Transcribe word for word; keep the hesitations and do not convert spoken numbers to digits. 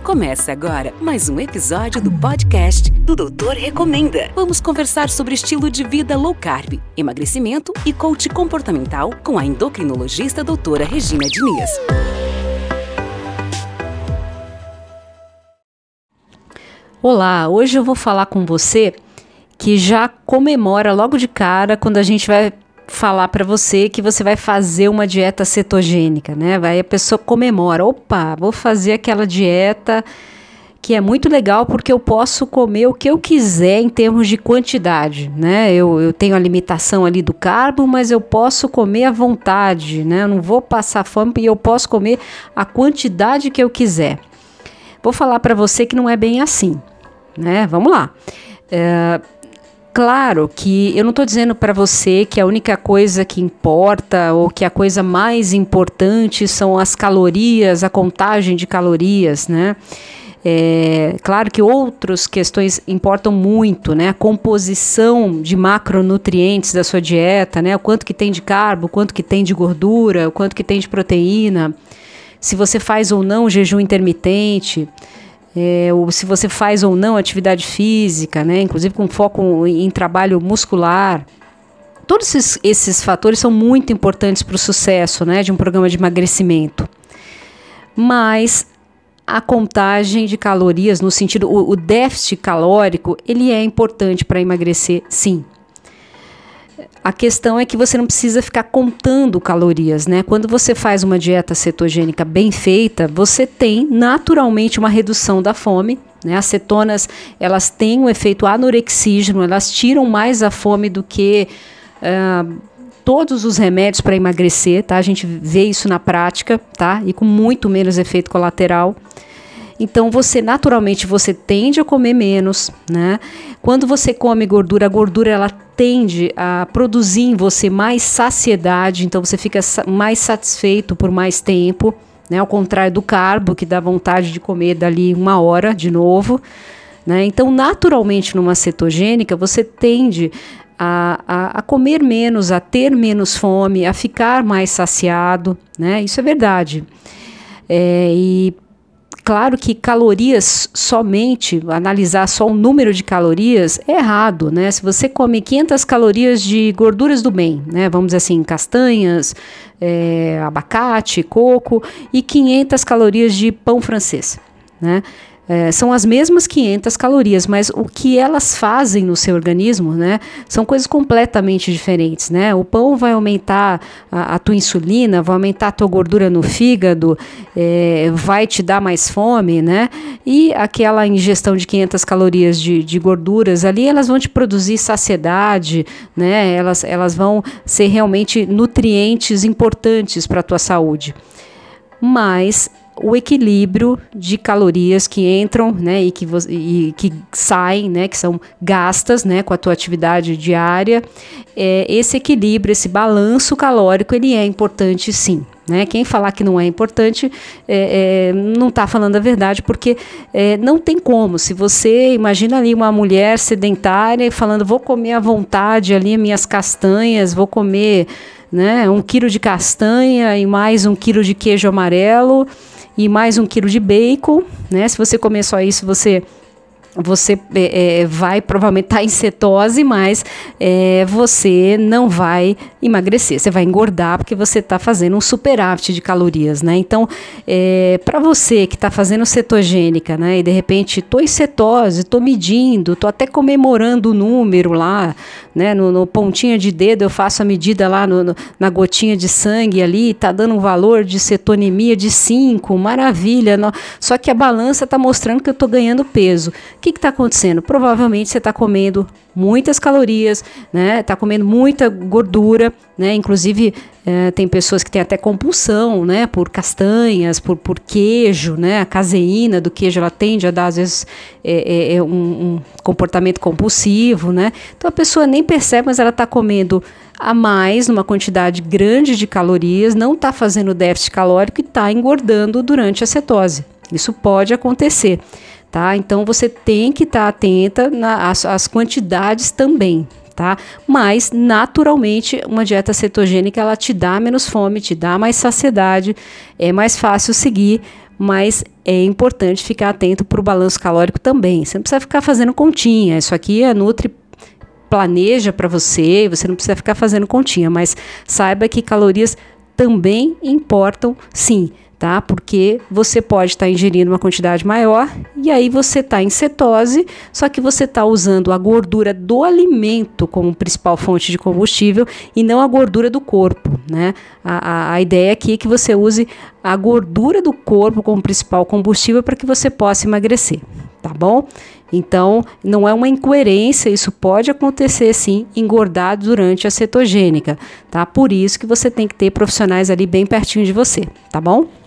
Começa agora mais um episódio do podcast do Doutor Recomenda. Vamos conversar sobre estilo de vida low carb, emagrecimento e coach comportamental com a endocrinologista doutora Regina Diniz. Olá, hoje eu vou falar com você que já comemora logo de cara quando a gente vai falar para você que você vai fazer uma dieta cetogênica, né? Vai, a pessoa comemora, opa, vou fazer aquela dieta que é muito legal porque eu posso comer o que eu quiser em termos de quantidade, né? Eu, eu tenho a limitação ali do carbo, mas eu posso comer à vontade, né? Eu não vou passar fome e eu posso comer a quantidade que eu quiser. Vou falar para você que não é bem assim, né? Vamos lá. É, Claro que eu não estou dizendo para você que a única coisa que importa ou que a coisa mais importante são as calorias, a contagem de calorias, né? É, claro que outras questões importam muito, né? A composição de macronutrientes da sua dieta, né? O quanto que tem de carbo, o quanto que tem de gordura, o quanto que tem de proteína, se você faz ou não jejum intermitente. É, ou se você faz ou não atividade física, né, inclusive com foco em, em trabalho muscular. Todos esses, esses fatores são muito importantes para o sucesso, né, de um programa de emagrecimento. Mas a contagem de calorias, no sentido, o, o déficit calórico, ele é importante para emagrecer, sim. A questão é que você não precisa ficar contando calorias, né? Quando você faz uma dieta cetogênica bem feita, você tem naturalmente uma redução da fome, né? As cetonas, elas têm um efeito anorexígeno, elas tiram mais a fome do que uh, todos os remédios para emagrecer, tá? A gente vê isso na prática, tá? E com muito menos efeito colateral. Então, você naturalmente, você tende a comer menos, né? Quando você come gordura, a gordura ela tende a produzir em você mais saciedade, então você fica mais satisfeito por mais tempo, né? Ao contrário do carbo, que dá vontade de comer dali uma hora de novo, né? Então, naturalmente, numa cetogênica, você tende a, a, a comer menos, a ter menos fome, a ficar mais saciado, né? Isso é verdade. É, e Claro que calorias somente, analisar só o número de calorias é errado, né? Se você come quinhentas calorias de gorduras do bem, né? Vamos dizer assim, castanhas, é, abacate, coco e quinhentas calorias de pão francês, né? É, são as mesmas quinhentas calorias, mas o que elas fazem no seu organismo, né, são coisas completamente diferentes, né? O pão vai aumentar a, a tua insulina, vai aumentar a tua gordura no fígado, é, vai te dar mais fome, né? E aquela ingestão de quinhentas calorias de, de gorduras ali, elas vão te produzir saciedade, né? Elas, elas vão ser realmente nutrientes importantes para a tua saúde. Mas o equilíbrio de calorias que entram, né, e que, e que saem, né, que são gastas, né, com a tua atividade diária, é, esse equilíbrio, esse balanço calórico, ele é importante sim, né? Quem falar que não é importante é, é, não está falando a verdade, porque é, não tem como. Se você imagina ali uma mulher sedentária falando, vou comer à vontade ali minhas castanhas, vou comer, né, um quilo de castanha e mais um quilo de queijo amarelo e mais um quilo de bacon, né? Se você comer só isso, você, você é, vai provavelmente estar em cetose, mas é, você não vai emagrecer, você vai engordar porque você está fazendo um superávit de calorias, né? Então, é, para você que está fazendo cetogênica, né? E de repente estou em cetose, estou medindo, estou até comemorando o número lá, né? No, no pontinho de dedo eu faço a medida lá no, no, na gotinha de sangue ali, está dando um valor de cetonemia de cinco, maravilha, no, só que a balança está mostrando que eu estou ganhando peso. O que está acontecendo? Provavelmente você está comendo muitas calorias, né? Está comendo muita gordura, né? Inclusive é, tem pessoas que têm até compulsão, né? Por castanhas, por, por queijo, né? A caseína do queijo ela tende a dar às vezes é, é, é um, um comportamento compulsivo, né? Então a pessoa nem percebe, mas ela está comendo a mais, numa quantidade grande de calorias, não está fazendo déficit calórico e está engordando durante a cetose. Isso pode acontecer. Tá? Então você tem que estar tá atenta às, às quantidades também, tá? Mas naturalmente uma dieta cetogênica ela te dá menos fome, te dá mais saciedade, é mais fácil seguir, mas é importante ficar atento para o balanço calórico também. Você não precisa ficar fazendo continha, isso aqui a Nutri planeja para você, você não precisa ficar fazendo continha, mas saiba que calorias também importam sim, tá? Porque você pode estar tá ingerindo uma quantidade maior e aí você está em cetose, só que você está usando a gordura do alimento como principal fonte de combustível e não a gordura do corpo, né? A, a, a ideia aqui é que você use a gordura do corpo como principal combustível para que você possa emagrecer, tá bom? Então, não é uma incoerência, isso pode acontecer sim, engordar durante a cetogênica, tá? Por isso que você tem que ter profissionais ali bem pertinho de você, tá bom?